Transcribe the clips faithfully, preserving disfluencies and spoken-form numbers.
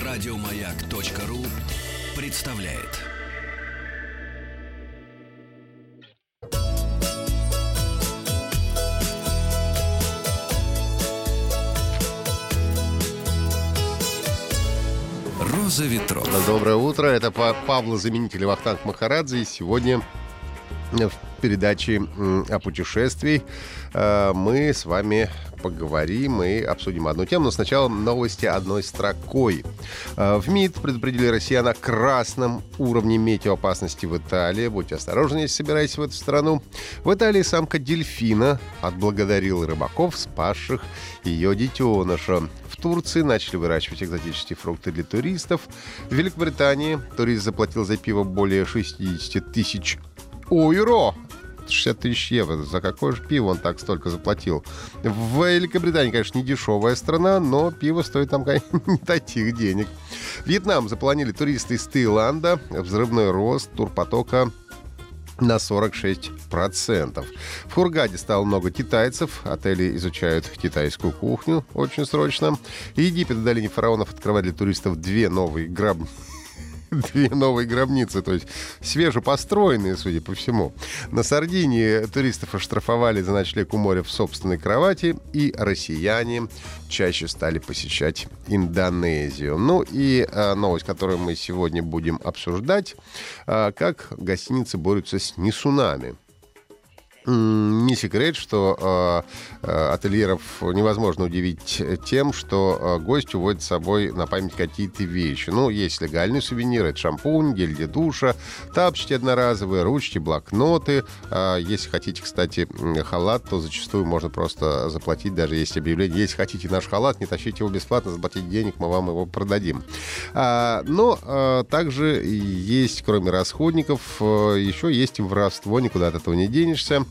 Радиомаяк.ру представляет. «Роза ветров». Доброе утро. Это Павло, заменитель Вахтанг Махарадзе. И сегодня в передаче о путешествии мы с вами поговорим и обсудим одну тему. Но сначала новости одной строкой. В МИД предупредили россиян о красном уровне метеоопасности в Италии. Будьте осторожны, если собираетесь в эту страну. В Италии самка дельфина отблагодарила рыбаков, спасших ее детеныша. В Турции начали выращивать экзотические фрукты для туристов. В Великобритании турист заплатил за пиво более шестьдесят тысяч евро. шестьдесят тысяч евро. За какое же пиво он так столько заплатил? В Великобритании, конечно, не дешевая страна, но пиво стоит там, конечно, не таких денег. Вьетнам заполонили туристы из Таиланда. Взрывной рост турпотока на сорок шесть процентов. В Хургаде стало много китайцев. Отели изучают китайскую кухню очень срочно. Египет в долине фараонов открывает для туристов две новые гробницы. Две новые гробницы, то есть свежепостроенные, судя по всему. На Сардинии туристов оштрафовали за ночлег у моря в собственной кровати, и россияне чаще стали посещать Индонезию. Ну и а, новость, которую мы сегодня будем обсуждать, а, как гостиницы борются с несунами. Не секрет, что э, э, ательеров невозможно удивить тем, что э, гость уводит с собой на память какие-то вещи. Ну, есть легальные сувениры. Это шампунь, гель для душа, тапочки одноразовые, ручки, блокноты. Э, если хотите, кстати, халат, то зачастую можно просто заплатить, даже есть объявление. Если хотите наш халат, не тащите его бесплатно, заплатите денег, мы вам его продадим. А, но э, также есть, кроме расходников, э, еще есть и воровство, никуда от этого не денешься.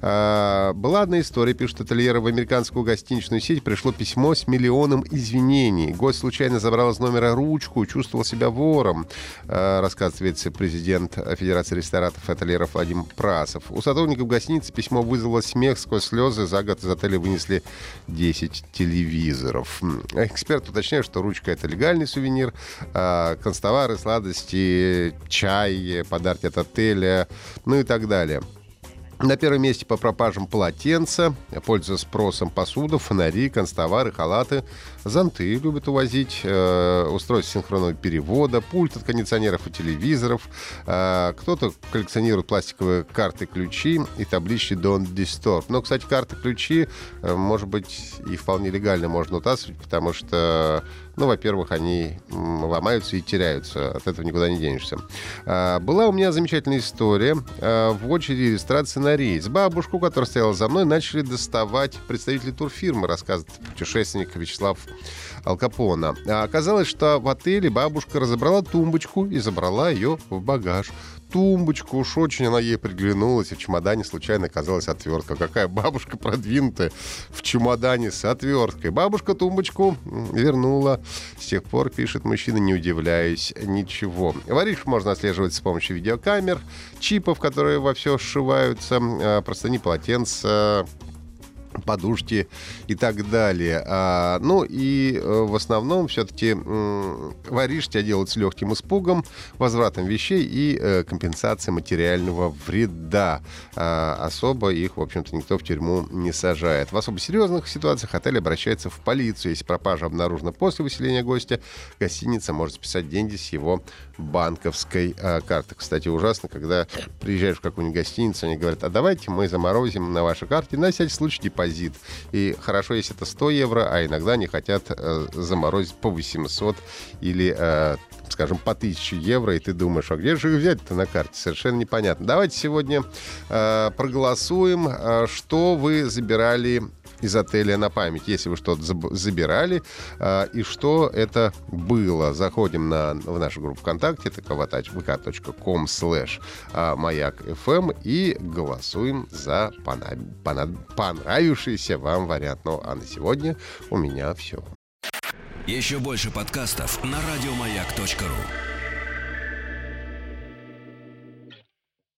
Uh, была одна история, пишет ательеры. В американскую гостиничную сеть пришло письмо с миллионом извинений. Гость случайно забрал из номера ручку, чувствовал себя вором, uh, рассказывает вице-президент Федерации ресторатов и ательеров Владимир Прасов. У сотрудников гостиницы письмо вызвало смех сквозь слезы. За год из отеля вынесли десять телевизоров. Эксперт уточняет, что ручка — это легальный сувенир. Uh, констовары, сладости, чай, подарки от отеля, ну и так далее. На первом месте по пропажам полотенца, пользуясь спросом посуда, фонари, канцтовары, халаты, зонты любят увозить, э, устройство синхронного перевода, пульт от кондиционеров и телевизоров. Э, кто-то коллекционирует пластиковые карты-ключи и таблички «Don't Disturb». Но, кстати, карты-ключи, э, может быть, и вполне легально можно утаскивать, потому что, ну, во-первых, они ломаются и теряются. От этого никуда не денешься. Э, была у меня замечательная история. Э, в очереди регистрации на рейс. Бабушку, которая стояла за мной, начали доставать представители турфирмы, рассказывает путешественник Вячеслав Алкапона. А оказалось, что в отеле бабушка разобрала тумбочку и забрала ее в багаж. Тумбочку, уж очень она ей приглянулась, и в чемодане случайно оказалась отвертка. Какая бабушка продвинутая в чемодане с отверткой. Бабушка тумбочку вернула. С тех пор, пишет мужчина, не удивляюсь ничего. Воришек можно отслеживать с помощью видеокамер, чипов, которые во все сшиваются, простыни, полотенца, подушки и так далее. А, ну и э, в основном все-таки э, воришки делают с легким испугом, возвратом вещей и э, компенсацией материального вреда. А, особо их, в общем-то, никто в тюрьму не сажает. В особо серьезных ситуациях отель обращается в полицию. Если пропажа обнаружена после выселения гостя, гостиница может списать деньги с его банковской э, карты. Кстати, ужасно, когда приезжаешь в какую-нибудь гостиницу, они говорят: а давайте мы заморозим на вашей карте на всякий случай депозит. И хорошо, если это сто евро, а иногда они хотят э, заморозить по восемьсот или, э, скажем, по тысяче евро, и ты думаешь, а где же их взять-то на карте? Совершенно непонятно. Давайте сегодня э, проголосуем, э, что вы забирали из отеля на память, если вы что-то забирали, э, и что это было. Заходим на, в нашу группу ВКонтакте, это vk точка com слэш маяк эф эм, и голосуем за пона- пона- понравившийся вам вариант. Ну, а на сегодня у меня все. Еще больше подкастов на радиомаяк точка ру.